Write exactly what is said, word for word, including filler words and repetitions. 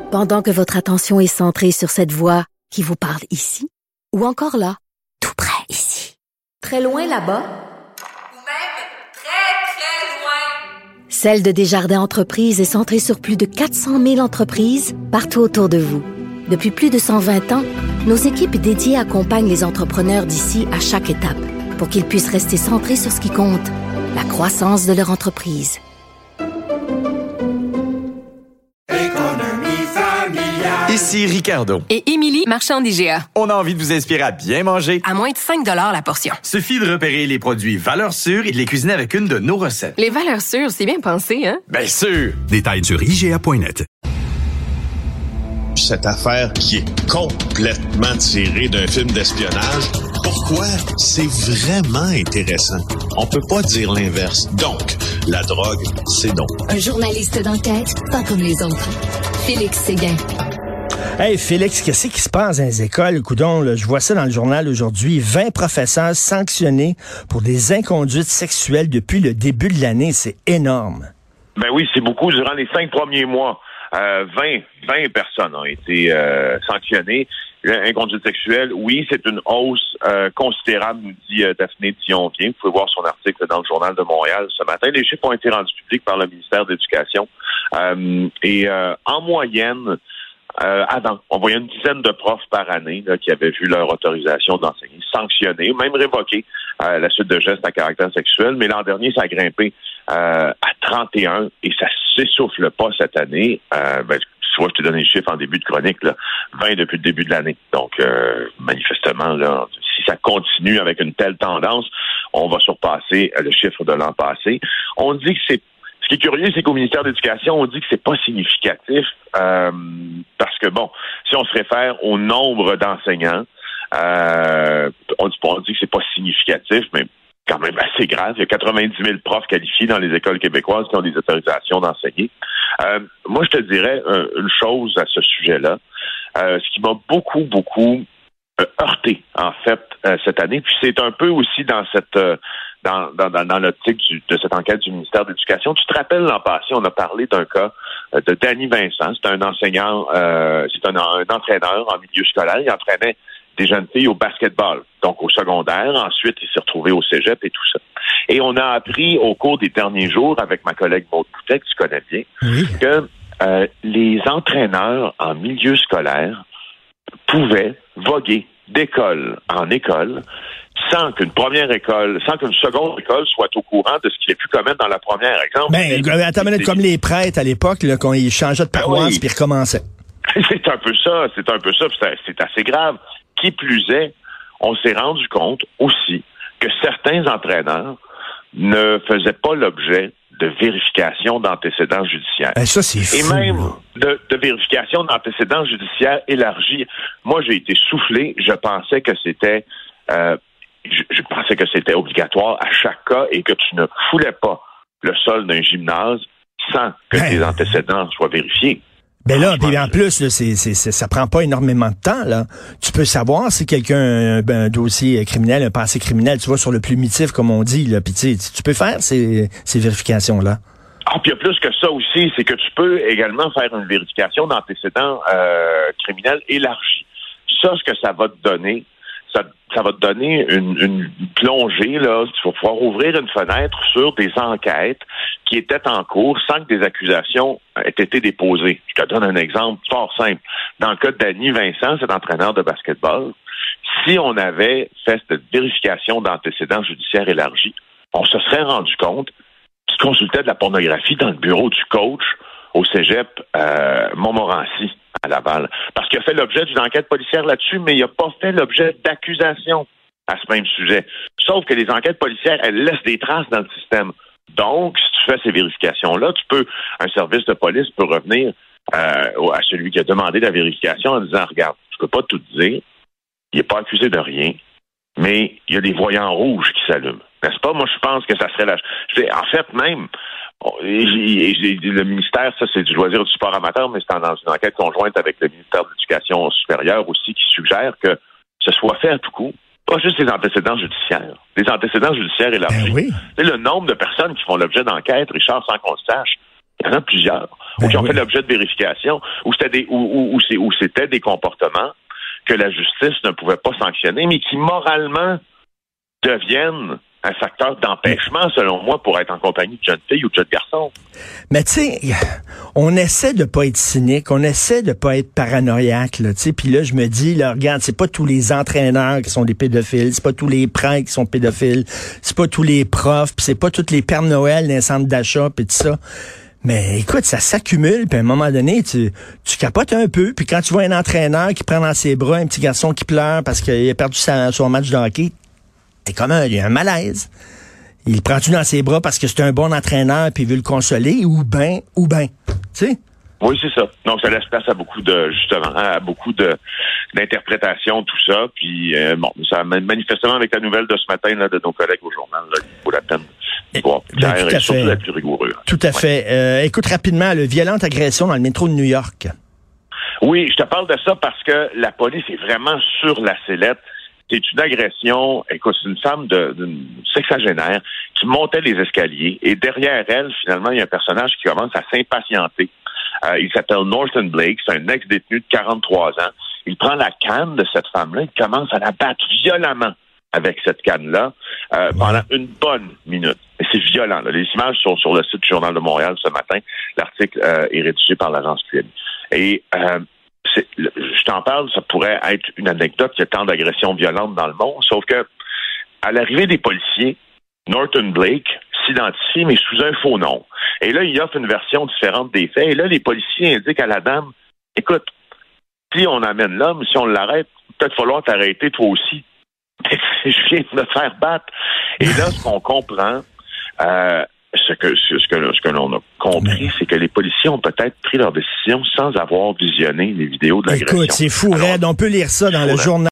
Pendant que votre attention est centrée sur cette voix qui vous parle ici, ou encore là, tout près ici, très loin là-bas, ou même très, très loin, Celle de Desjardins Entreprises est centrée sur plus de quatre cent mille entreprises partout autour de vous. Depuis plus de cent vingt ans, nos équipes dédiées accompagnent les entrepreneurs d'ici à chaque étape pour qu'ils puissent rester centrés sur ce qui compte, la croissance de leur entreprise. Ici Ricardo. Et Émilie, marchand d'I G A. On a envie de vous inspirer à bien manger. À moins de cinq dollars la portion. Suffit de repérer les produits valeurs sûres et de les cuisiner avec une de nos recettes. Les valeurs sûres, c'est bien pensé, hein? Bien sûr! Détails sur I G A point net. Cette affaire qui est complètement tirée d'un film d'espionnage, pourquoi? C'est vraiment intéressant. On peut pas dire l'inverse. Donc, la drogue, c'est donc. Un journaliste d'enquête, pas comme les autres. Félix Séguin. Hey Félix, qu'est-ce qui se passe dans les écoles? Coudon, là, je vois ça dans le journal aujourd'hui. vingt professeurs sanctionnés pour des inconduites sexuelles depuis le début de l'année. C'est énorme. Ben oui, c'est beaucoup. Durant les cinq premiers mois, euh, vingt, vingt personnes ont été euh, sanctionnées. Inconduite sexuelle, oui, c'est une hausse euh, considérable, nous dit euh, Daphné Dionvien. Vous pouvez voir son article dans le Journal de Montréal ce matin. Les chiffres ont été rendus publics par le ministère de l'Éducation. Euh, et euh, en moyenne, Euh, avant, on voyait une dizaine de profs par année là, qui avaient vu leur autorisation d'enseigner sanctionnée, même révoquée à euh, la suite de gestes à caractère sexuel. Mais l'an dernier, ça a grimpé euh, à trente et un et ça s'essouffle pas cette année. Euh, ben, tu vois, je t'ai donné les chiffres en début de chronique, là, vingt depuis le début de l'année. Donc, euh, manifestement, là, si ça continue avec une telle tendance, on va surpasser le chiffre de l'an passé. On dit que c'est Ce qui est curieux, c'est qu'au ministère de l'Éducation, on dit que c'est pas significatif euh, parce que, bon, si on se réfère au nombre d'enseignants, euh, on, dit, on dit que c'est pas significatif, mais quand même assez grave. Il y a quatre-vingt-dix mille profs qualifiés dans les écoles québécoises qui ont des autorisations d'enseigner. Euh, moi, je te dirais euh, une chose à ce sujet-là. Euh, ce qui m'a beaucoup, beaucoup euh, heurté, en fait, euh, cette année, puis c'est un peu aussi dans cette... Euh, Dans, dans, dans l'optique du, de cette enquête du ministère de l'Éducation. Tu te rappelles, l'an passé, on a parlé d'un cas de Danny Vincent. C'est un enseignant, euh, c'est un, un entraîneur en milieu scolaire. Il entraînait des jeunes filles au basketball, donc au secondaire. Ensuite, il s'est retrouvé au cégep et tout ça. Et on a appris au cours des derniers jours, avec ma collègue Maude Boutet, que tu connais bien, oui. que euh, les entraîneurs en milieu scolaire pouvaient voguer d'école en école sans qu'une première école, sans qu'une seconde école soit au courant de ce qu'il a pu commettre dans la première. Exemple, ben, c'est, attends une minute, comme les prêtres à l'époque, là, quand ils changeaient de paroisse oui. puis ils recommençaient. C'est un peu ça, c'est un peu ça, c'est, c'est assez grave. Qui plus est, on s'est rendu compte aussi que certains entraîneurs ne faisaient pas l'objet de vérification d'antécédents judiciaires. Ben ça, c'est fou. Et même de, de vérification d'antécédents judiciaires élargis. Moi, j'ai été soufflé. Je pensais que c'était... Euh, je, je pensais que c'était obligatoire à chaque cas et que tu ne foulais pas le sol d'un gymnase sans que ben, tes antécédents soient vérifiés. Ben là, puis en plus, là, c'est, c'est, c'est, ça prend pas énormément de temps, là. Tu peux savoir si quelqu'un a un, un dossier criminel, un passé criminel, tu vois, sur le plumitif, comme on dit, là. Puis tu sais, tu peux faire ces, ces vérifications-là. Ah, puis il y a plus que ça aussi, c'est que tu peux également faire une vérification d'antécédents euh, criminels élargis. Ça, ce que ça va te donner, ça, ça va te donner une, une plongée, là. Tu vas pouvoir ouvrir une fenêtre sur des enquêtes qui étaient en cours sans que des accusations aient été déposées. Je te donne un exemple fort simple. Dans le cas de Danny Vincent, cet entraîneur de basketball, si on avait fait cette vérification d'antécédents judiciaires élargis, on se serait rendu compte qu'il consultait de la pornographie dans le bureau du coach au cégep euh, Montmorency à Laval. Parce qu'il a fait l'objet d'une enquête policière là-dessus, mais il n'a pas fait l'objet d'accusations à ce même sujet. Sauf que les enquêtes policières, elles laissent des traces dans le système. Donc, si tu fais ces vérifications-là, tu peux, un service de police peut revenir euh, à celui qui a demandé la vérification en disant, regarde, je peux pas tout dire, il n'est pas accusé de rien, mais il y a des voyants rouges qui s'allument. N'est-ce pas? Moi, je pense que ça serait la... En fait, même, le ministère, ça, c'est du loisir du sport amateur, mais c'est dans une enquête conjointe avec le ministère de l'Éducation supérieure aussi qui suggère que ce soit fait à tout coup. Pas juste les antécédents judiciaires. Les antécédents judiciaires élargis. Ben oui. C'est le nombre de personnes qui font l'objet d'enquêtes, Richard, sans qu'on le sache. Il y en a plusieurs. Ben ou qui ont oui. fait l'objet de vérification, ou c'était des, ou, ou, ou, c'est, ou c'était des comportements que la justice ne pouvait pas sanctionner, mais qui moralement deviennent un facteur d'empêchement, selon moi, pour être en compagnie de jeunes filles ou de jeunes garçons. Mais tu sais, on essaie de pas être cynique, on essaie de pas être paranoïaque, là, tu sais. Puis là, je me dis, là, regarde, c'est pas tous les entraîneurs qui sont des pédophiles, c'est pas tous les prêtres qui sont pédophiles, c'est pas tous les profs, puis c'est pas tous les Pères Noël dans les centres d'achat, puis tout ça. Mais écoute, ça s'accumule, puis à un moment donné, tu, tu capotes un peu, puis quand tu vois un entraîneur qui prend dans ses bras un petit garçon qui pleure parce qu'il a perdu sa, son match de hockey, c'est comme un, il y a un malaise. Il prend-tu dans ses bras parce que c'est un bon entraîneur puis il veut le consoler, ou ben, ou ben, tu sais? Oui, c'est ça. Donc, ça laisse place à beaucoup de, justement, à beaucoup de d'interprétations, tout ça. Puis, euh, bon, ça manifestement avec la nouvelle de ce matin là, de nos collègues au journal, là, il vaut la peine de voir plus clair ben, et surtout d'être plus rigoureux. Hein. Tout à ouais. fait. Euh, écoute rapidement, le violente agression dans le métro de New York. Oui, je te parle de ça parce que la police est vraiment sur la sellette. C'est une agression, écoute, c'est une femme de, d'une sexagénaire qui montait les escaliers et derrière elle, finalement, il y a un personnage qui commence à s'impatienter. Euh, il s'appelle Norton Blake, c'est un ex-détenu de quarante-trois ans. Il prend la canne de cette femme-là, il commence à la battre violemment avec cette canne-là euh, pendant une bonne minute. Et c'est violent. Là. Les images sont sur le site du Journal de Montréal ce matin. L'article euh, est rédigé par l'agence Q M I. Et euh, c'est, je t'en parle, ça pourrait être une anecdote. Il y a tant d'agressions violentes dans le monde, sauf que à l'arrivée des policiers, Norton Blake s'identifie, mais sous un faux nom. Et là, il offre une version différente des faits. Et là, les policiers indiquent à la dame, écoute, si on amène l'homme, si on l'arrête, peut-être falloir t'arrêter toi aussi. Je viens de me faire battre. Et là, ce qu'on comprend, euh, ce que ce que ce que l'on a compris, c'est que les policiers ont peut-être pris leur décision sans avoir visionné les vidéos de l'agression. Écoute, c'est fou, Alors, raide. On peut lire ça dans le raide. journal.